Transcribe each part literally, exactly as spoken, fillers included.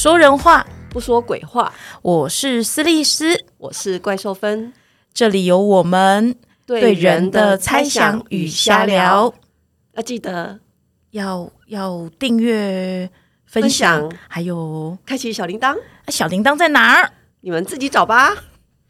说人话， 不说鬼话。 我是斯利斯， 我是怪兽芬， 这里有我们对人的猜想与瞎聊。 要记得要要订阅、分享，分享还有开启小铃铛。 小铃铛在哪儿？ 你们自己找吧。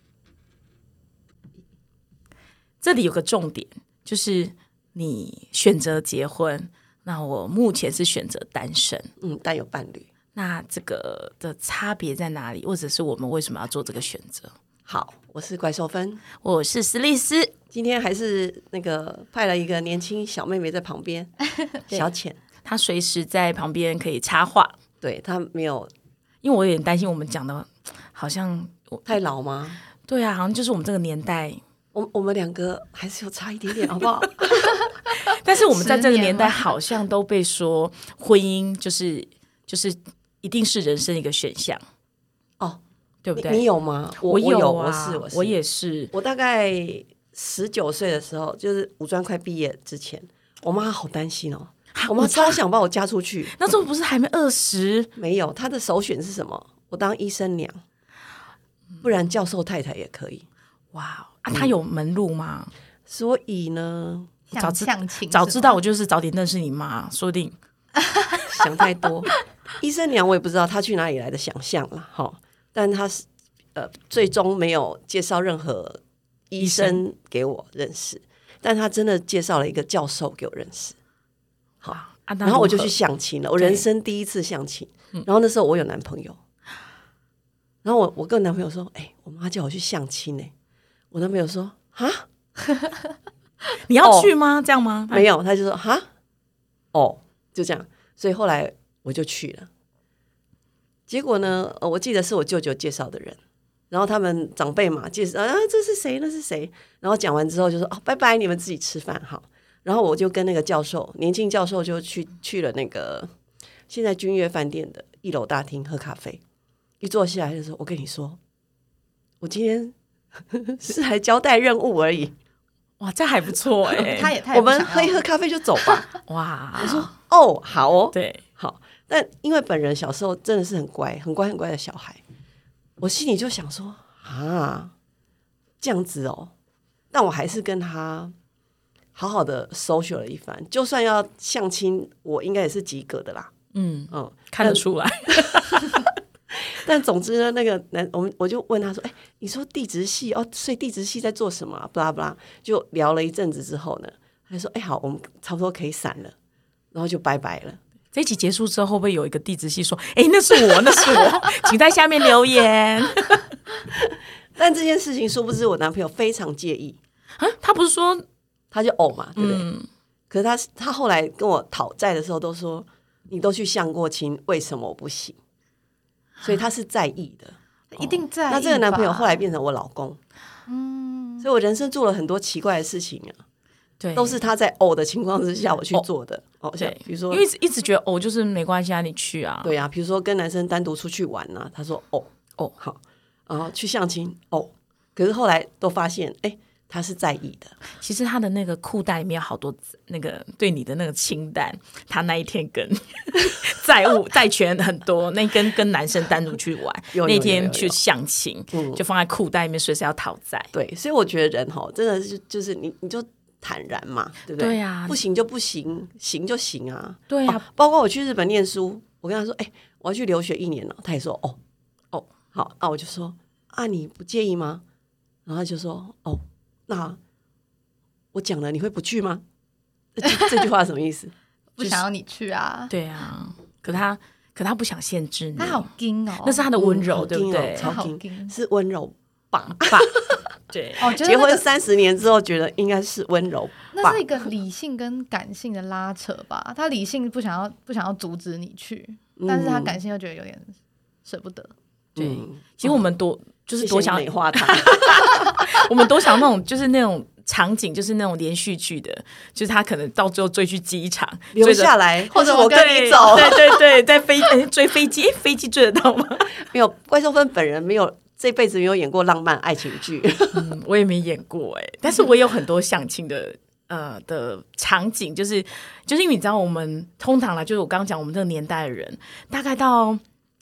这里有个重点，就是你选择结婚，那我目前是选择单身， 嗯，但有伴侣。 那这个的差别在哪里？或者是我们为什么要做这个选择？ 好，我是怪兽芬， 我是斯利斯。 今天还是那个派了一个年轻小妹妹在旁边，小浅， 她随时在旁边可以插话。 对，她没有， 因为我有点担心我们讲的好像太老吗？ 对啊，好像就是我们这个年代。 我我们两个还是有差一点点，好不好？ 但是我们在这个年代好像都被说婚姻就是就是一定是人生一个选项哦， 对不对？ 你, 你有吗？我, 我有啊， 我是我是我也是。 我大概十九岁的时候，就是五专快毕业之前，我妈好担心哦，我妈超想把我嫁出去。 那时候不是还没二十？ 没有，她的首选是什么？我当医生娘，不然教授太太也可以。 哇啊，她有门路吗？ 嗯、所以呢， 早知早知道我就是早点认识你妈，说不定。 想太多。医生娘我也不知道她去哪里来的想象了哈，但她是呃最终没有介绍任何医生给我认识，但她真的介绍了一个教授给我认识。好，啊、然后我就去相亲了，我人生第一次相亲。然后那时候我有男朋友，然后我我跟男朋友说：“哎、欸，我妈叫我去相亲呢。”我男朋友说：“哈， 你要去吗？哦、这样吗？” 没有，他就说：“哈，哦，就这样。”所以后来我就去了。结果呢，我记得是我舅舅介绍的人，然后他们长辈嘛介绍啊，这是谁？那是谁？然后讲完之后就说：“哦，拜拜，你们自己吃饭好。”然后我就跟那个教授，年轻教授就去去了那个现在君悦饭店的一楼大厅喝咖啡。一坐下来就说：“我跟你说，我今天是来交代任务而已。” 哇，这还不错哎、欸！ 他也太我们喝一喝咖啡就走吧。 哇， 我说哦，好哦， 对， 好。但因为本人小时候真的是很乖、很乖、很乖的小孩，我心里就想说啊，这样子哦。但我还是跟他好好的 social 了一番，就算要相亲，我应该也是及格的啦。嗯嗯，看得出来。 但总之呢，那个男，我们我就问他说：“哎、欸，你说地质系哦，所以地质系在做什么、啊？”不啦不啦，就聊了一阵子之后呢，他说：“哎、欸，好，我们差不多可以散了。”然后就拜拜了。 这一集结束之后，会不会有一个地质系说：“哎、欸，那是我，那是我，请在下面留言。” 但这件事情，殊不知我男朋友非常介意啊。他不是说他就呕嘛，对不对？嗯、可是他他后来跟我讨债的时候都说：“你都去相过亲，为什么我不行？”所以他是在意的， 一定在意、哦。 那这个男朋友后来变成我老公，嗯，所以我人生做了很多奇怪的事情啊， 对， 都是他在呕的情况之下我去做的。哦，像比如说， 因为一直觉得呕就是没关系啊，你去啊， 对啊，比如说跟男生单独出去玩啊，他说哦哦好，然后去相亲哦，可是后来都发现，哎。他是在意的， 其实他的那个裤袋里面有好多那个对你的那个清单，他那一天跟债务债权很多，那跟跟男生单独去玩，那天去相亲、嗯，就放在裤袋里面，随时要讨债。 对，所以我觉得人哈，真的是就是你你就坦然嘛，对不对？ 对啊， 不行就不行，行就行啊。 对啊， 哦、包括我去日本念书，我跟他说，哎、欸，我要去留学一年了，他也说，哦哦，好，那我就说，啊，你不介意吗？然后他就说，哦。那我讲了，你会不去吗？这, 这句话什么意思？ 不想要你去啊？ 对啊，可他可他不想限制你， 他好硬哦， 那是他的温柔， 嗯、 对不对？ 超硬，是温柔棒棒。对、 哦， 结婚三十年之后，觉得应该是温柔棒。 那是一个理性跟感性的拉扯吧？他理性不想要不想要阻止你去，嗯、但是他感性又觉得有点舍不得。 对，嗯、其实我们多。就是多想美化他， 我们多想那种就是那种场景，就是那种连续剧的，就是他可能到最后追去机场留下来，或者我跟你走， 对对对，在飞追飞机，飞机追得到吗？ 没有，怪兽芬本人没有这辈子没有演过浪漫爱情剧、 嗯，我也没演过哎、欸，但是我有很多相亲的呃的场景，就是就是因为你知道我们通常啦，就是我刚刚讲我们这个年代的人，大概到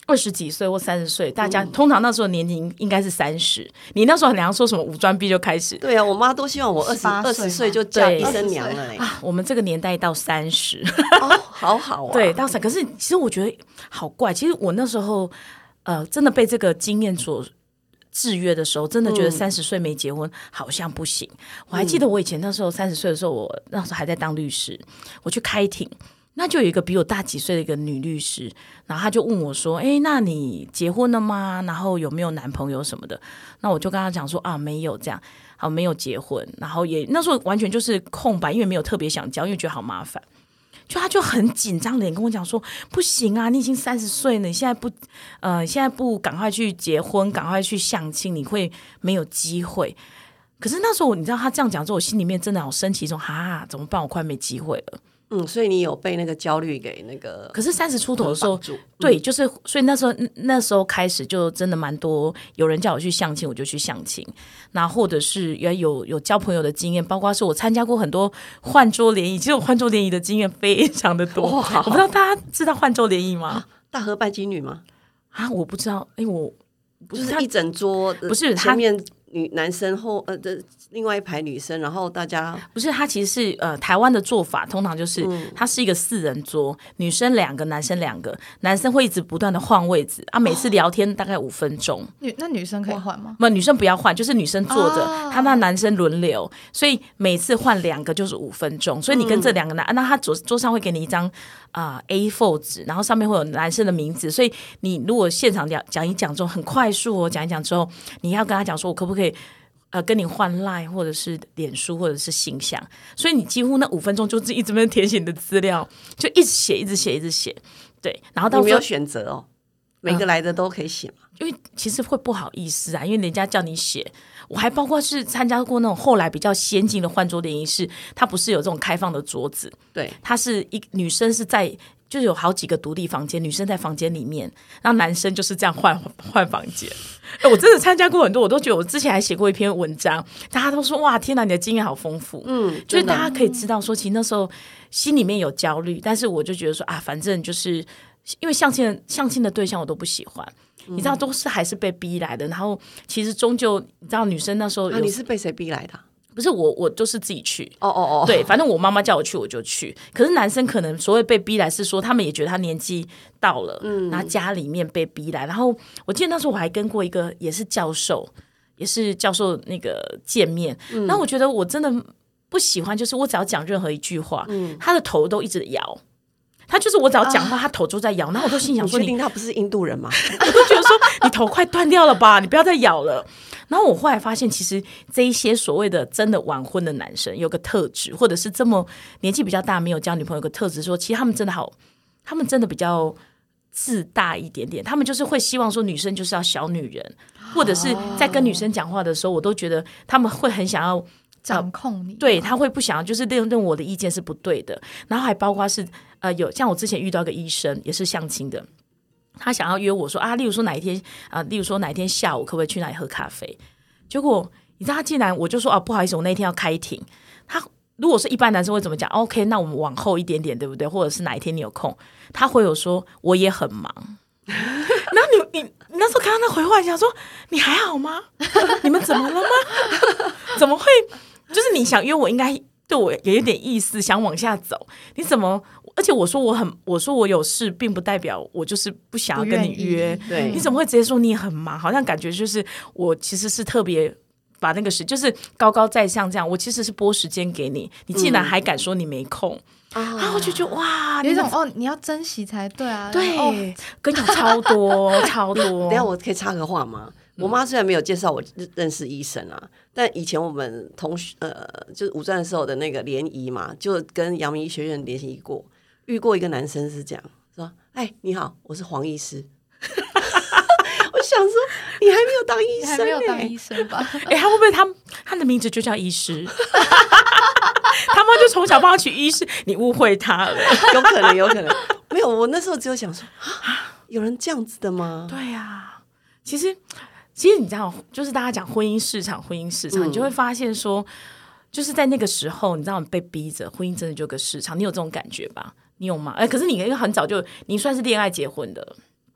二十几岁或三十岁，大家、嗯、通常那时候年龄应该是三十。你那时候好像说什么五专毕就开始？ 对啊，我妈都希望我二十二十岁就嫁医生娘了、欸、 啊。我们这个年代到三十， 哦，好好啊。 对，到三。可是其实我觉得好怪，其实我那时候呃，真的被这个经验所制约的时候，真的觉得三十岁没结婚好像不行、嗯。我还记得我以前那时候三十岁的时候，我那时候还在当律师，我去开庭。那就有一个比我大几岁的一个女律师，然后她就问我说：“哎，那你结婚了吗？然后有没有男朋友什么的？”那我就跟她讲说：“啊，没有这样，好，没有结婚。”然后也那时候完全就是空白，因为没有特别想交，因为觉得好麻烦。就她就很紧张的跟我讲说：“不行啊，你已经三十岁了，你现在不呃，现在不赶快去结婚，赶快去相亲，你会没有机会。”可是那时候你知道她这样讲之后，我心里面真的好生气，说：“哈，怎么办？我快没机会了。” 嗯，所以你有被那个焦虑给那个， 可是三十出头的时候，嗯、对，就是所以那时候那时候开始就真的蛮多，有人叫我去相亲，我就去相亲，那或者是也有有交朋友的经验，包括是我参加过很多换桌联谊，其实我换桌联谊的经验非常的多。我不知道大家知道换桌联谊吗？ 啊、大河拜金女吗？ 啊，我不知道，哎，我不是就是一整桌， 不是前面女男生后呃的另外一排女生，然后大家不是，他其实是呃台湾的做法，通常就是它、嗯、是一个四人桌，女生两个，男生两个，男生会一直不断的换位置啊，每次聊天大概五分钟。 女、哦、那女生可以换吗？ 不，女生不要换，就是女生坐着，啊、他那男生轮流，所以每次换两个就是五分钟，所以你跟这两个男，嗯、那他桌桌上会给你一张啊、呃、A 四 纸，然后上面会有男生的名字，所以你如果现场讲讲一讲之后很快速哦，讲一讲之后，你要跟他讲说，我可不可以？呃，跟你换 LINE 或者是脸书或者是信箱，所以你几乎那五分钟就是一直在填写你的资料，就一直写，一直写，一直写。对，然后到时候你没有选择哦，每个来的都可以写嘛、 呃。因为其实会不好意思啊，因为人家叫你写。我还包括是参加过那种后来比较先进的换桌联谊室，它不是有这种开放的桌子， 对， 它是一女生是在。就是有好几个独立房间，女生在房间里面，然后男生就是这样换换房间。我真的参加过很多，我都觉得我之前还写过一篇文章，大家都说哇，天哪，你的经验好丰富。嗯，就是大家可以知道说，其实那时候心里面有焦虑，但是我就觉得说啊，反正就是因为相亲的相亲的对象我都不喜欢，嗯、你知道都是还是被逼来的。然后其实终究你知道，女生那时候有、 啊、你是被谁逼来的？ 不是我，我就是自己去。 哦哦哦， 对，反正我妈妈叫我去，我就去。可是男生可能所谓被逼来，是说他们也觉得他年纪到了，嗯，然后家里面被逼来。然后我记得那时候我还跟过一个也是教授，也是教授那个见面。嗯、然后我觉得我真的不喜欢，就是我只要讲任何一句话，嗯，他的头都一直摇。他就是我只要讲话、啊，他头就在摇，然后我都心想说：“ 你确定他不是印度人吗？” 我都觉得说：“你头快断掉了吧，你不要再摇了。”然后我后来发现，其实这一些所谓的真的晚婚的男生有个特质，或者是这么年纪比较大没有交女朋友有个特质，说其实他们真的好，他们真的比较自大一点点，他们就是会希望说女生就是要小女人，或者是在跟女生讲话的时候，我都觉得他们会很想要。 掌控你、啊， 对，他会不想要，就是认认我的意见是不对的，然后还包括是呃，有像我之前遇到一个医生，也是相亲的，他想要约我说啊，例如说哪一天啊、呃，例如说哪一天下午可不可以去哪里喝咖啡？结果你知道他竟然我就说啊，不好意思，我那天要开庭。他如果是一般男生会怎么讲 ？OK， 那我们往后一点点，对不对？或者是哪一天你有空？他会有说我也很忙。然后你你你那时候看到那回话，想说你还好吗？你们怎么了吗？怎么会？就是你想约我，应该对我也有点意思，想往下走。你怎么？而且我说我很，我说我有事，并不代表我就是不想要跟你约。 对， 你怎么会直接说你很忙？好像感觉就是我其实是特别把那个时，就是高高在上这样。我其实是拨时间给你，你竟然还敢说你没空。嗯啊！然后我就觉得哇， 有一种哦，你要珍惜才对啊。 对， 哦、 跟你讲超多超多。 等一下我可以插个话吗？我妈虽然没有介绍我认识医生啊，但以前我们同学呃，就是五专的时候的那个联谊嘛，就跟阳明医学院联谊过，遇过一个男生是这样说：“哎，你好，我是黄医师。”我想说，你还没有当医生、欸， 还没有当医生吧？ 哎、欸，他会不会他他的名字就叫医师？他妈就从小帮他取医师，你误会他了。 有可能，有可能没有。我那时候只有想说，啊，有人这样子的吗？ 对呀、啊，其实。其实你知道，就是大家讲婚姻市场，婚姻市场，嗯、你就会发现说，就是在那个时候，你知道你被逼着，婚姻真的就有个市场，你有这种感觉吧？你有吗？哎，可是你因为很早就，你算是恋爱结婚的，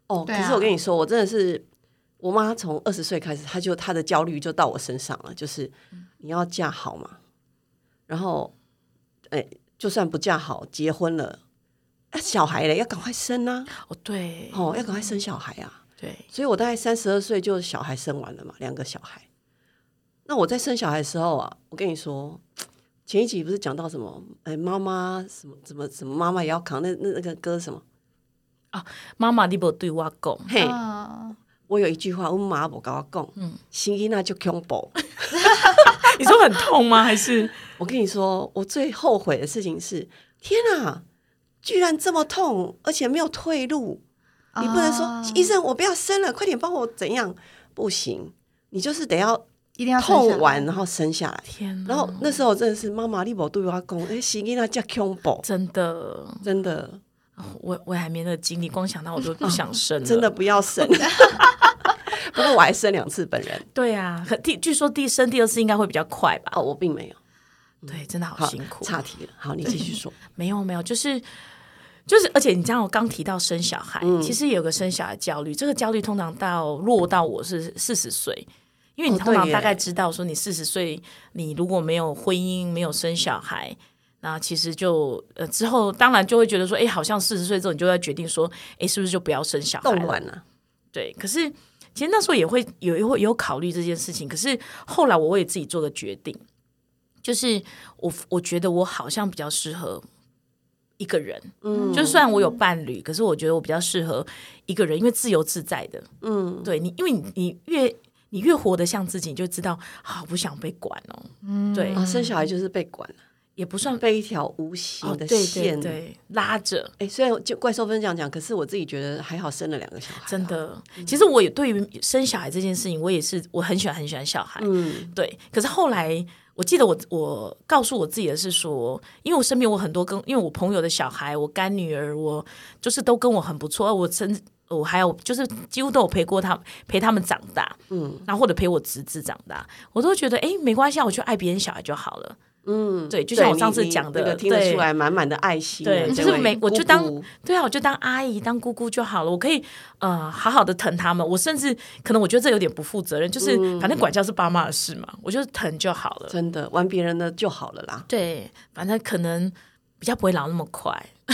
哦， 对啊可是我跟你说，我真的是我妈从二十岁开始，她就她的焦虑就到我身上了，就是你要嫁好嘛，然后哎，就算不嫁好，结婚了，啊、小孩嘞要赶快生啊， 哦，对， 哦，要赶快生小孩啊， 对， 所以我大概三十二岁就小孩生完了嘛，两个小孩。那我在生小孩的时候啊，我跟你说，前一集不是讲到什么？哎，妈妈什么怎么怎么妈妈也要扛那那那个歌什么？ 啊，妈妈你没对我讲， 嘿， 啊我有一句话，我妈没跟我讲，嗯，生囡仔就恐怖。 你说很痛吗？还是我跟你说，我最后悔的事情是，天啊，居然这么痛，而且没有退路。你不能说、 啊医生，我不要生了，快点帮我怎样？不行，你就是得要一定要生下来痛完，然后生下来。 天哪， 然后那时候真的是妈妈，你没对我讲，哎，生囡仔叫恐怖， 真的， 真的， 我我还没那个经历，光想到我都不想生了， 真的不要生。不过我还生两次本人。 对啊，可第据说第生第二次应该会比较快吧？ 哦，我并没有。 对，真的好好辛苦。 岔题了。好，你继续说。 没有没有，就是就是，而且你知道我刚提到生小孩， 嗯其实也有个生小孩焦虑，这个焦虑通常到落到我是四十岁。因为你哦对耶通常大概知道说，你四十岁，你如果没有婚姻，没有生小孩，那其实就呃之后当然就会觉得说，哎，好像四十岁之后你就要决定说，哎，是不是就不要生小孩了？ 冻卵了。 对，可是其实那时候也会有有有考虑这件事情，可是后来我为自己做个决定，就是我我觉得我好像比较适合一个人，嗯，就虽然我有伴侣，可是我觉得我比较适合一个人，因为自由自在的，嗯，对你，因为你你越你越活得像自己，你就知道好不想被管哦，嗯，对， 啊，生小孩就是被管了， 也不算被一条无形的哦对线、 对对拉着， 哎，虽然就怪兽分这样讲，可是我自己觉得还好，生了两个小孩， 真的。其实我也对于生小孩这件事情，我也是我很喜欢很喜欢小孩，嗯，对。可是后来我记得我我告诉我自己的是说，因为我身边我很多跟因为我朋友的小孩，我干女儿，我就是都跟我很不错，我甚至我还有就是几乎都有陪过他们，陪他们长大，嗯，然后或者陪我侄子长大，我都觉得哎没关系，我就爱别人小孩就好了。嗯，对，就像我上次讲的， 那个听得出来满满的爱心， 对，就是每我就当姑姑对啊，我就当阿姨、当姑姑就好了。我可以呃好好的疼他们，我甚至可能我觉得这有点不负责任，就是反正管教是爸妈的事嘛，我就疼就好了。 真的玩别人的就好了啦。 对，反正可能比较不会老那么快。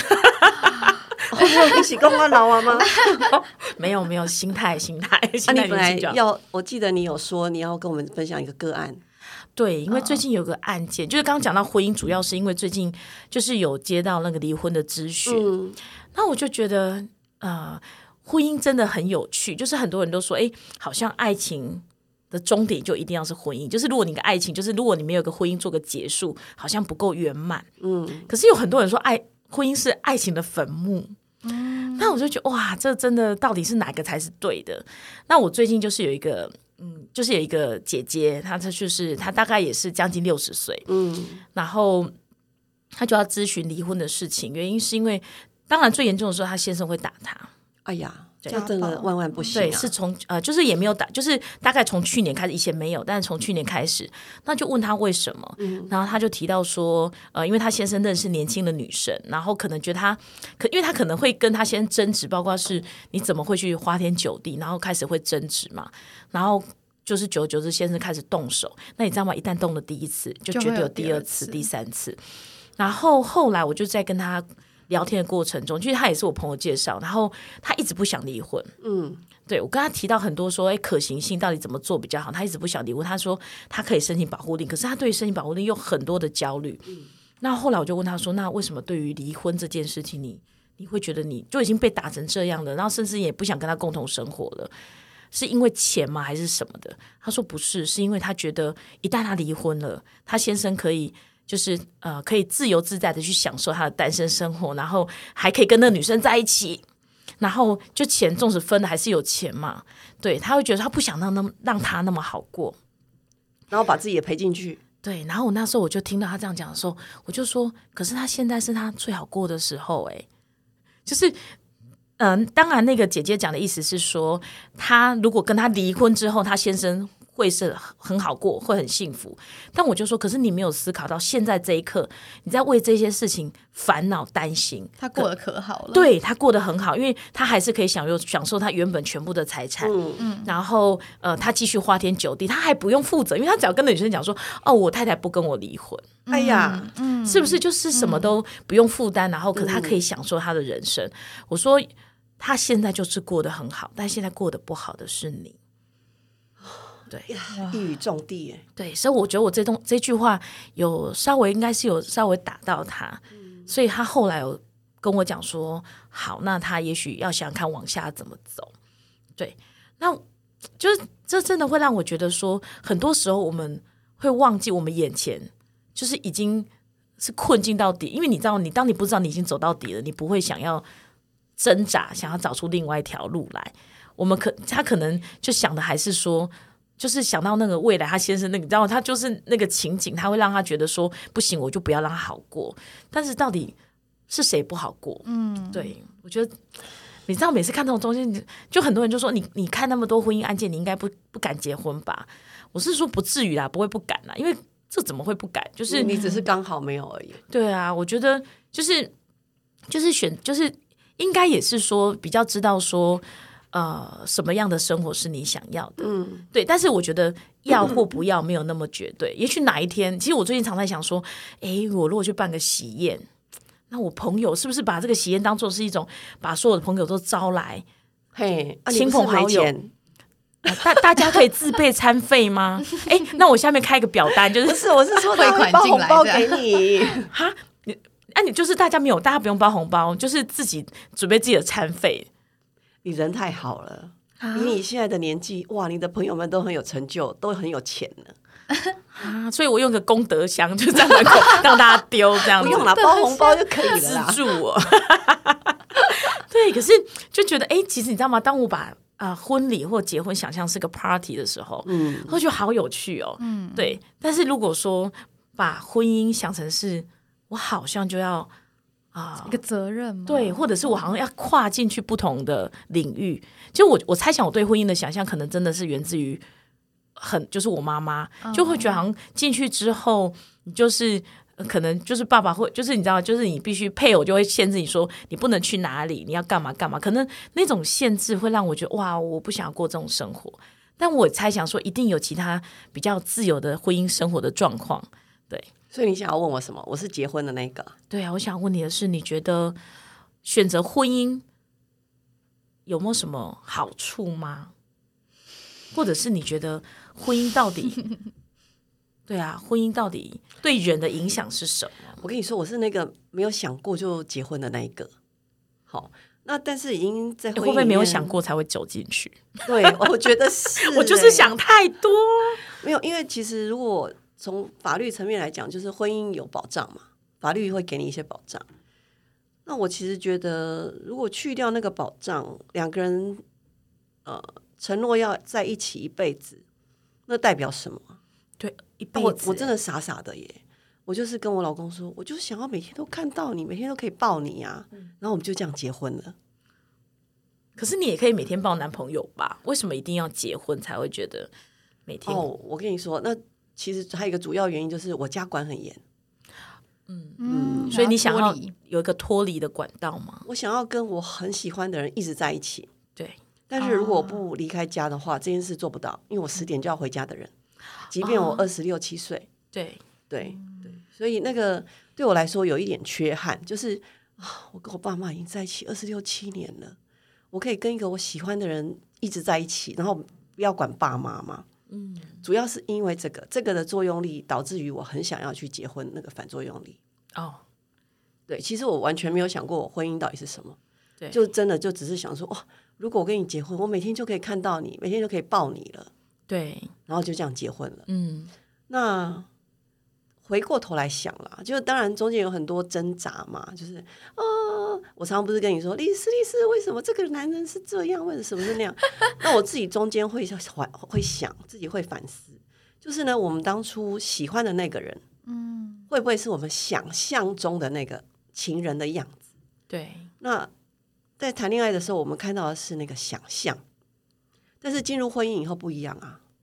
一起跟我老啊吗？ 没有没有，心态心态心啊， 态你本来年轻就好要，我记得你有说你要跟我们分享一个个案。 对，因为最近有个案件，就是刚刚讲到婚姻，主要是因为最近就是有接到那个离婚的咨询，嗯，那我就觉得呃，婚姻真的很有趣，就是很多人都说，哎，好像爱情的终点就一定要是婚姻，就是如果你的爱情，就是如果你没有个婚姻做个结束，好像不够圆满，嗯，可是有很多人说爱婚姻是爱情的坟墓。嗯，那我就觉得哇，这真的到底是哪个才是对的？那我最近就是有一个，嗯，就是有一个姐姐，她她就是她大概也是将近六十岁，嗯，然后她就要咨询离婚的事情，原因是因为当然最严重的时候，她先生会打她， 哎呀，这真的万万不行、啊。 对，是从呃，就是也没有打，就是大概从去年开始，以前没有，但是从去年开始，那就问他为什么，嗯、然后他就提到说，呃，因为他先生认识年轻的女生，然后可能觉得他，可因为他可能会跟他先生争执，包括是你怎么会去花天酒地，然后开始会争执嘛，然后就是久而久之，先生开始动手，那你知道吗？一旦动了第一次，就绝对有第二次、第三次，然后后来我就在跟他聊天的过程中，就是他也是我朋友介绍，然后他一直不想离婚。嗯，对我跟他提到很多说，哎，可行性到底怎么做比较好？他一直不想离婚。他说他可以申请保护令，可是他对于申请保护令有很多的焦虑。嗯，那后来我就问他说，那为什么对于离婚这件事情，你你会觉得你就已经被打成这样了，然后甚至也不想跟他共同生活了？是因为钱吗？还是什么的？他说不是，是因为他觉得一旦他离婚了，他先生可以。就是呃，可以自由自在的去享受他的单身生活，然后还可以跟那个女生在一起，然后就钱纵使分了还是有钱嘛，对，他会觉得他不想让那么让他那么好过， 然后把自己也赔进去。 对，然后我那时候我就听到他这样讲的时候，我就说，可是他现在是他最好过的时候，哎，就是嗯、呃，当然那个姐姐讲的意思是说，他如果跟他离婚之后，他先生会是很好过，会很幸福。但我就说，可是你没有思考到现在这一刻，你在为这些事情烦恼担心。 他过得可好了， 对，他过得很好，因为他还是可以享受享受他原本全部的财产。嗯嗯，然后呃，他继续花天酒地，他还不用负责，因为他只要跟那女生讲说，哦，我太太不跟我离婚。 哎呀， 嗯， 是不是就是什么都不用负担，然后可是他可以享受他的人生？我说他现在就是过得很好，但现在过得不好的是你。对， 一语中的耶。 对，所以我觉得我这东这句话有稍微应该是有稍微打到他，嗯、所以他后来有跟我讲说，好，那他也许要想看往下怎么走。对，那就是这真的会让我觉得说，很多时候我们会忘记我们眼前就是已经是困境到底，因为你知道，你当你不知道你已经走到底了，你不会想要挣扎，想要找出另外一条路来。我们可他可能就想的还是说。就是想到那个未来，他先生那个，你知道，他就是那个情景，他会让他觉得说不行，我就不要让他好过。但是到底是谁不好过？嗯，对，我觉得你知道，每次看这种东西，就很多人就说你你看那么多婚姻案件，你应该不不敢结婚吧？我是说不至于啦，不会不敢啦，因为这怎么会不敢？就是你只是刚好没有而已。 对啊，我觉得就是就是选就是应该也是说比较知道说。呃，什么样的生活是你想要的？嗯，对。但是我觉得要或不要没有那么绝对。也许哪一天，其实我最近常在想说，哎，我如果去办个喜宴，那我朋友是不是把这个喜宴当作是一种把所有的朋友都招来， 嘿， 亲朋好友？ 啊、 大大家可以自备餐费吗？哎，那我下面开一个表单，就是不是，我是说他会包红包给你哈？你啊，你就是大家没有，大家不用包红包，就是自己准备自己的餐费。 你人太好了，啊、以你现在的年纪，哇，你的朋友们都很有成就，都很有钱呢。 啊，所以我用个功德箱就在门口让大家丢，这样子不用啦，包红包就可以了啦。 资助我。对，可是就觉得，哎，其实你知道吗？当我把啊、呃、婚礼或结婚想象是个 party 的时候，嗯，我觉得好有趣哦。嗯，对。但是如果说把婚姻想成是我好像就要。 啊，一个责任吗？ 对，或者是我好像要跨进去不同的领域。就我我猜想，我对婚姻的想象可能真的是源自于很，就是我妈妈就会觉得好像进去之后，你就是可能就是爸爸会，就是你知道，就是你必须配偶就会限制你说你不能去哪里，你要干嘛干嘛。可能那种限制会让我觉得哇，我不想要过这种生活。但我猜想说，一定有其他比较自由的婚姻生活的状况，对。 所以你想要问我什么？我是结婚的那个。 对啊，我想问你的是，你觉得选择婚姻有没有什么好处吗？或者是你觉得婚姻到底对啊，婚姻到底对人的影响是什么？ 我跟你说，我是那个没有想过就结婚的那一个。好，那但是已经在婚姻里面、欸、会不会没有想过才会走进去？ 对，我觉得是、欸。 我就是想太多。 没有，因为其实如果从法律层面来讲，就是婚姻有保障嘛，法律会给你一些保障。那我其实觉得，如果去掉那个保障，两个人呃承诺要在一起一辈子，那代表什么？ 对，一辈子。 我我真的傻傻的耶，我就是跟我老公说，我就是想要每天都看到你，每天都可以抱你啊，嗯、然后我们就这样结婚了。 可是你也可以每天抱男朋友吧？为什么一定要结婚才会觉得每天？ 哦，我跟你说，那。其实还有一个主要原因就是我家管很严， 嗯嗯，所以你想要有一个脱离的管道吗？ 我想要跟我很喜欢的人一直在一起， 对。 但是如果我不离开家的话，哦、这件事做不到，因为我十点就要回家的人，即便我二十六七岁， 对对对，所以那个对我来说有一点缺憾，就是啊，我跟我爸妈已经在一起二十六七年了，我可以跟一个我喜欢的人一直在一起，然后不要管爸妈吗？嗯，主要是因为这个这个的作用力导致于我很想要去结婚，那个反作用力哦，对，其实我完全没有想过我婚姻到底是什么，对，就真的就只是想说，哇，如果我跟你结婚，我每天就可以看到你，每天就可以抱你了， 对， 然后就这样结婚了， 嗯， 那回过头来想啦，就当然中间有很多挣扎嘛，就是啊、哦，我常常不是跟你说，律师律师，为什么这个男人是这样，为什么是那样？那我自己中间会会想，自己会反思，就是呢，我们当初喜欢的那个人，嗯，会不会是我们想象中的那个情人的样子？ 对， 那在谈恋爱的时候，我们看到的是那个想象，但是进入婚姻以后不一样啊。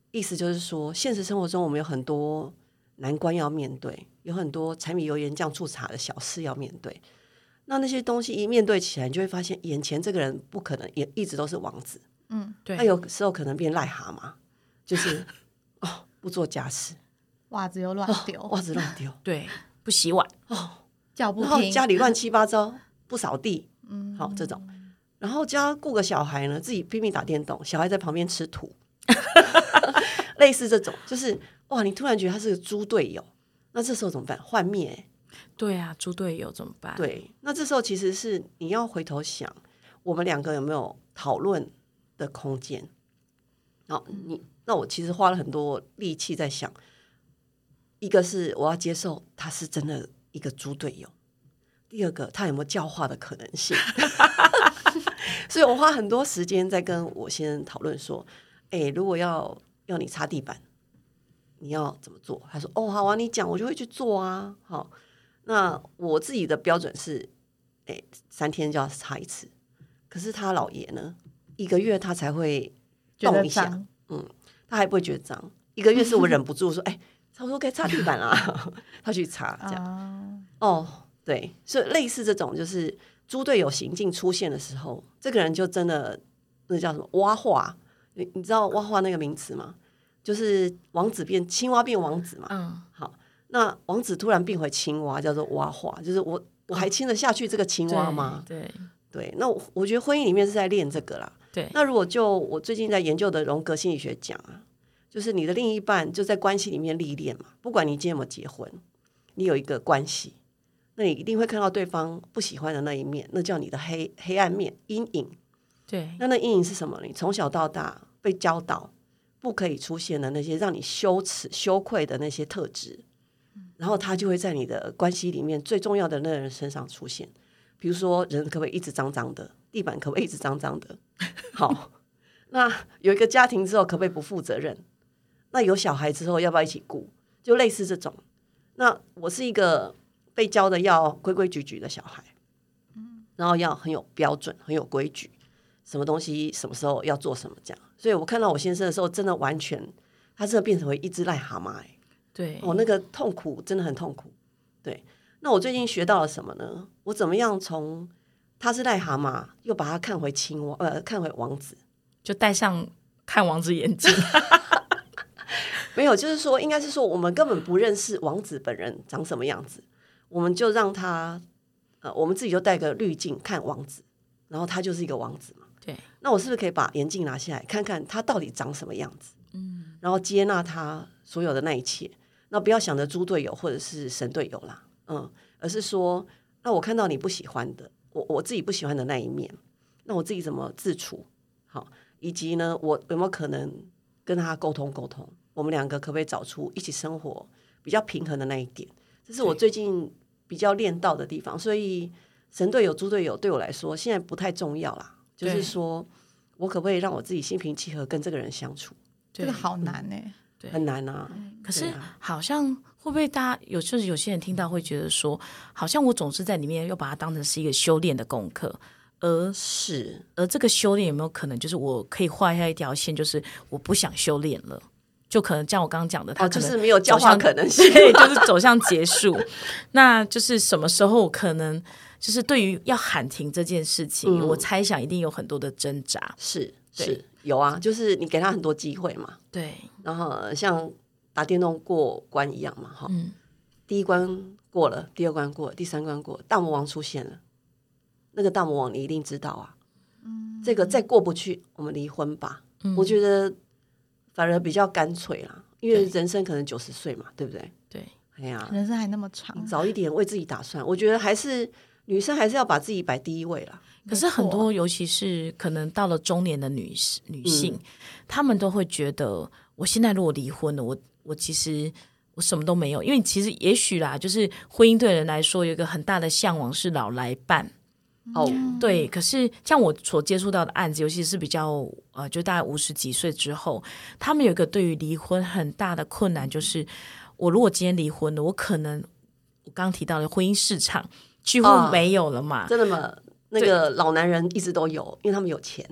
意思就是说，现实生活中我们有很多难关要面对，有很多柴米油盐酱醋茶的小事要面对。那那些东西一面对起来，你就会发现眼前这个人不可能也一直都是王子， 嗯， 对， 他有时候可能变癞蛤蟆，就是哦不做家事， 袜子又乱丢， 哦袜子乱丢， 对，不洗碗哦， 叫不然后听， 家里乱七八糟，不扫地， 嗯， 好这种，然后家顾个小孩呢，自己拼命打电动，小孩在旁边吃土，类似这种，就是哇，你突然觉得他是个猪队友，那这时候怎么办？幻灭、欸。 对啊，猪队友怎么办？ 对，那这时候其实是你要回头想，我们两个有没有讨论的空间？好，你那我其实花了很多力气在想，一个是我要接受他是真的一个猪队友，第二个他有没有教化的可能性？所以我花很多时间在跟我先生讨论说，哎，如果要要你擦地板，你要怎么做？他说，哦，好啊，你讲我就会去做啊，好。那我自己的标准是，哎，三天就要擦一次。可是他老爷呢，一个月他才会动一下，嗯，他还不会觉得脏。一个月是我忍不住说，哎，差不多该擦地板啦，他去擦这样。啊、哦，对，所以类似这种，就是猪队友行径出现的时候，这个人就真的那叫什么蛙化？你你知道蛙化那个名词吗？就是王子变青蛙变王子嘛。嗯，好。那王子突然变回青蛙，叫做蛙化，就是我我还亲得下去这个青蛙吗？ 对 对, 对，那 我, 我觉得婚姻里面是在练这个啦。 对， 那如果就我最近在研究的荣格心理学讲啊，就是你的另一半就在关系里面历练嘛，不管你今天有没有结婚，你有一个关系，那你一定会看到对方不喜欢的那一面，那叫你的黑黑暗面阴影。 对， 那那阴影是什么？你从小到大被教导不可以出现的那些让你羞耻羞愧的那些特质。然后他就会在你的关系里面最重要的那个人身上出现，比如说人可不可以一直脏脏的，地板可不可以一直脏脏的，好，那有一个家庭之后可不可以不负责任，那有小孩之后要不要一起顾，就类似这种。那我是一个被教的要规规矩矩的小孩，然后要很有标准很有规矩，什么东西什么时候要做什么这样，所以我看到我先生的时候真的完全他真的变成为一只癞蛤蟆、欸对， 哦，那个痛苦真的很痛苦。对，那我最近学到了什么呢？我怎么样从他是癞蛤蟆，又把他看回青蛙，呃，看回王子， 就戴上看王子眼镜。 没有，就是说，应该是说，我们根本不认识王子本人长什么样子，我们就让他，呃，我们自己就带个滤镜看王子，然后他就是一个王子嘛。 对， 那我是不是可以把眼镜拿下来，看看他到底长什么样子？嗯，然后接纳他所有的那一切。那不要想着猪队友或者是神队友啦，嗯，而是说，那我看到你不喜欢的，我我自己不喜欢的那一面，那我自己怎么自处？好，以及呢，我有没有可能跟他沟通沟通？我们两个可不可以找出一起生活比较平衡的那一点？这是我最近比较练到的地方。所以神队友、猪队友对我来说现在不太重要啦，就是说我可不可以让我自己心平气和跟这个人相处？ 这个好难哎、欸。 对， 很难啊。 可是好像会不会大家有就是有些人听到会觉得说，好像我总是在里面又把它当成是一个修炼的功课，而是而这个修炼有没有可能就是我可以画下一条线，就是我不想修炼了，就可能像我刚刚讲的，它可能、哦、就是没有教化可能性， 对，就是走向结束。那就是什么时候可能就是对于要喊停这件事情、嗯，我猜想一定有很多的挣扎， 是是。有啊，就是你给他很多机会嘛， 对， 然后像打电动过关一样嘛，哈、嗯，第一关过了，第二关过了，第三关过了，大魔王出现了，那个大魔王你一定知道啊，嗯，这个再过不去，我们离婚吧，嗯、我觉得反而比较干脆啦，因为人生可能九十岁嘛，对不对？ 对， 哎呀， 人生还那么长， 早一点为自己打算，我觉得还是女生还是要把自己摆第一位啦。 可是很多，尤其是可能到了中年的女女性，嗯、她们都会觉得，我现在如果离婚了，我我其实我什么都没有，因为其实也许啦，就是婚姻对人来说有一个很大的向往是老来伴。哦、嗯，对。可是像我所接触到的案子，尤其是比较呃，就大概五十几岁之后，他们有一个对于离婚很大的困难，就是我如果今天离婚了，我可能我刚刚提到的婚姻市场几乎没有了嘛， 哦、真的吗？那个老男人一直都有，因为他们有钱。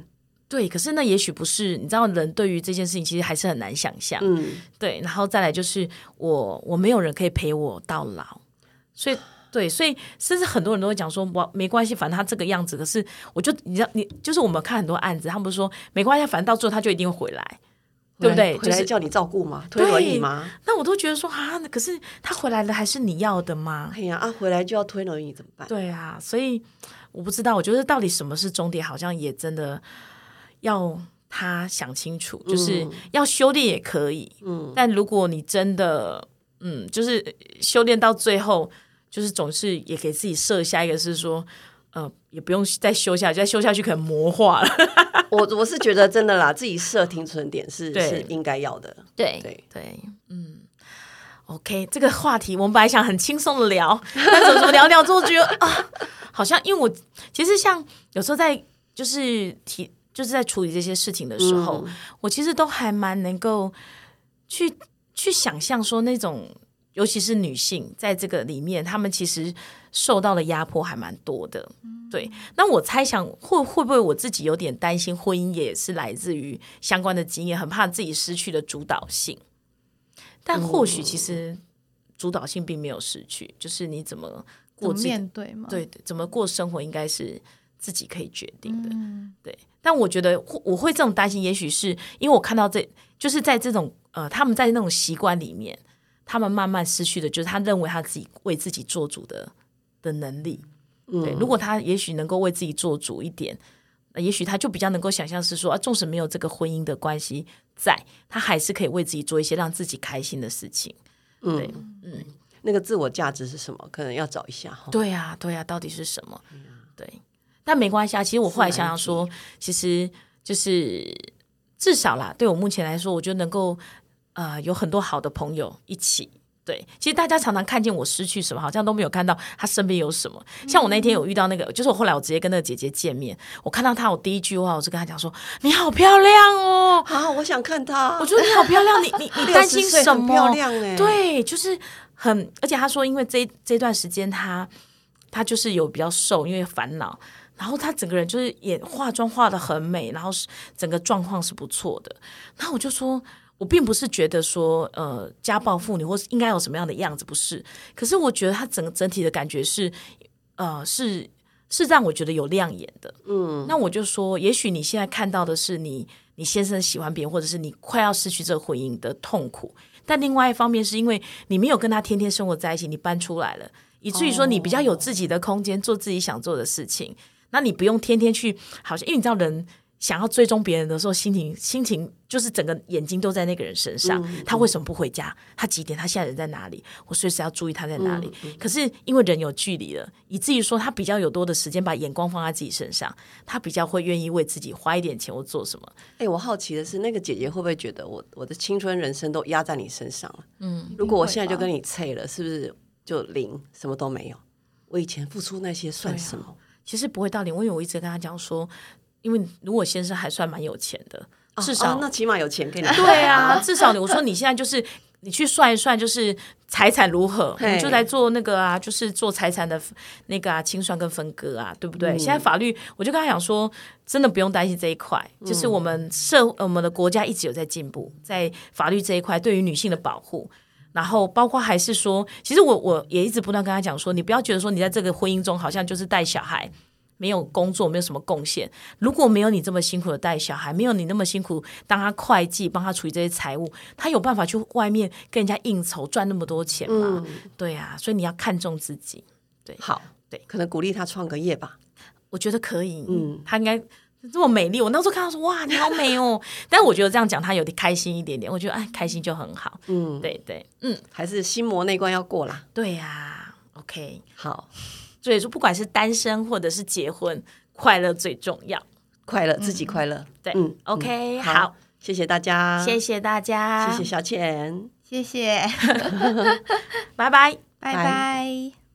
对，可是那也许不是，你知道人对于这件事情其实还是很难想象。 嗯， 对，然后再来就是我我没有人可以陪我到老，所以对，所以甚至很多人都会讲说，我没关系，反正他这个样子。可是我就你知道，你就是我们看很多案子，他们不是说没关系，反正到最后他就一定会回来，对不对？ 回来叫你照顾吗？推轮椅吗？ 那我都觉得说啊，可是他回来了还是你要的吗？ 哎呀啊，回来就要推轮椅怎么办？ 对啊，所以我不知道，我觉得到底什么是终点，好像也真的要他想清楚，就是要修炼也可以，嗯，但如果你真的嗯，就是修炼到最后，就是总是也给自己设下一个是说，呃，也不用再修下去，再修下去可能魔化了。 我我是觉得真的啦，自己设停损点是是应该要的。 对对对，嗯。OK， 这个话题我们本来想很轻松的聊，但是怎么聊聊之后觉得啊，好像因为我其实像有时候在就是提就是在处理这些事情的时候，嗯、我其实都还蛮能够去去想象说那种，尤其是女性在这个里面，她们其实受到的压迫还蛮多的。嗯、对，那我猜想会会不会我自己有点担心，婚姻也是来自于相关的经验，很怕自己失去了主导性。但或许其实主导性并没有失去，就是你怎么过自己面对吗？ 对，怎么过生活应该是自己可以决定的。嗯、对，但我觉得我会这种担心，也许是因为我看到这就是在这种呃他们在那种习惯里面，他们慢慢失去的就是他认为他自己为自己做主的的能力。对，如果他也许能够为自己做主一点。也许他就比较能够想象是说，啊，纵使没有这个婚姻的关系在，他还是可以为自己做一些让自己开心的事情。嗯，对，嗯， 那个自我价值是什么？可能要找一下。 对啊，对啊，到底是什么？嗯、对，但没关系啊。其实我后来想想说，其实就是至少啦，对我目前来说，我觉得能够呃有很多好的朋友一起。对，其实大家常常看见我失去什么，好像都没有看到他身边有什么。像我那天有遇到那个，就是我后来我直接跟那个姐姐见面，我看到她，我第一句话我是跟她讲说：“你好漂亮哦！” 啊，我想看她。 我觉得你好漂亮，你你你担心什么？ 漂亮哎、欸， 对，就是很，而且她说，因为这这段时间她她就是有比较瘦，因为烦恼，然后她整个人就是也化妆化得很美，然后整个状况是不错的。然后我就说。我并不是觉得说，呃，家暴妇女或是应该有什么样的样子，不是。可是我觉得她整个整体的感觉是，呃，是是让我觉得有亮眼的。嗯，那我就说，也许你现在看到的是你你先生喜欢别人，或者是你快要失去这个婚姻的痛苦。但另外一方面，是因为你没有跟他天天生活在一起，你搬出来了，以至于说你比较有自己的空间，做自己想做的事情。那你不用天天去，好像因为你知道人。想要追踪别人的时候，心情心情就是整个眼睛都在那个人身上。嗯、他为什么不回家？他几点？他现在人在哪里？我随时要注意他在哪里。嗯嗯、可是因为人有距离了，以至于说他比较有多的时间把眼光放在自己身上，他比较会愿意为自己花一点钱或做什么。 哎、欸，我好奇的是，那个姐姐会不会觉得我我的青春人生都压在你身上了？嗯，如果我现在就跟你脆了，是不是就零，什么都没有？我以前付出那些算什么？啊、 其实不会到零，因为我一直跟他讲说。因为如果先生还算蛮有钱的，至少、 哦哦、那起码有钱给你。 对啊，至少我说你现在就是你去算一算，就是财产如何，你就来做那个啊，就是做财产的那个啊清算跟分割啊，对不对？嗯、现在法律，我就跟他讲说，真的不用担心这一块，嗯、就是我们社我们的国家一直有在进步，在法律这一块对于女性的保护。然后包括还是说，其实我我也一直不断跟他讲说，你不要觉得说你在这个婚姻中好像就是带小孩。没有工作，没有什么贡献。如果没有你这么辛苦的带小孩，没有你那么辛苦当他会计，帮他处理这些财务，他有办法去外面跟人家应酬赚那么多钱吗？嗯、对啊，所以你要看重自己。对， 好， 对， 可能鼓励他创个业吧。 我觉得可以，嗯，他应该这么美丽。我那时候看到说，哇，你好美哦！但是我觉得这样讲，他有点开心一点点。我觉得，哎，开心就很好。嗯，对对，嗯， 还是心魔那关要过啦。 对呀、啊、，OK， 好。 所以说，不管是单身或者是结婚，快乐最重要。 快乐，自己快乐。 嗯、对，嗯 ，OK，、嗯、好, 好，谢谢大家， 谢谢大家， 谢谢小倩， 谢谢， 拜拜， 拜拜。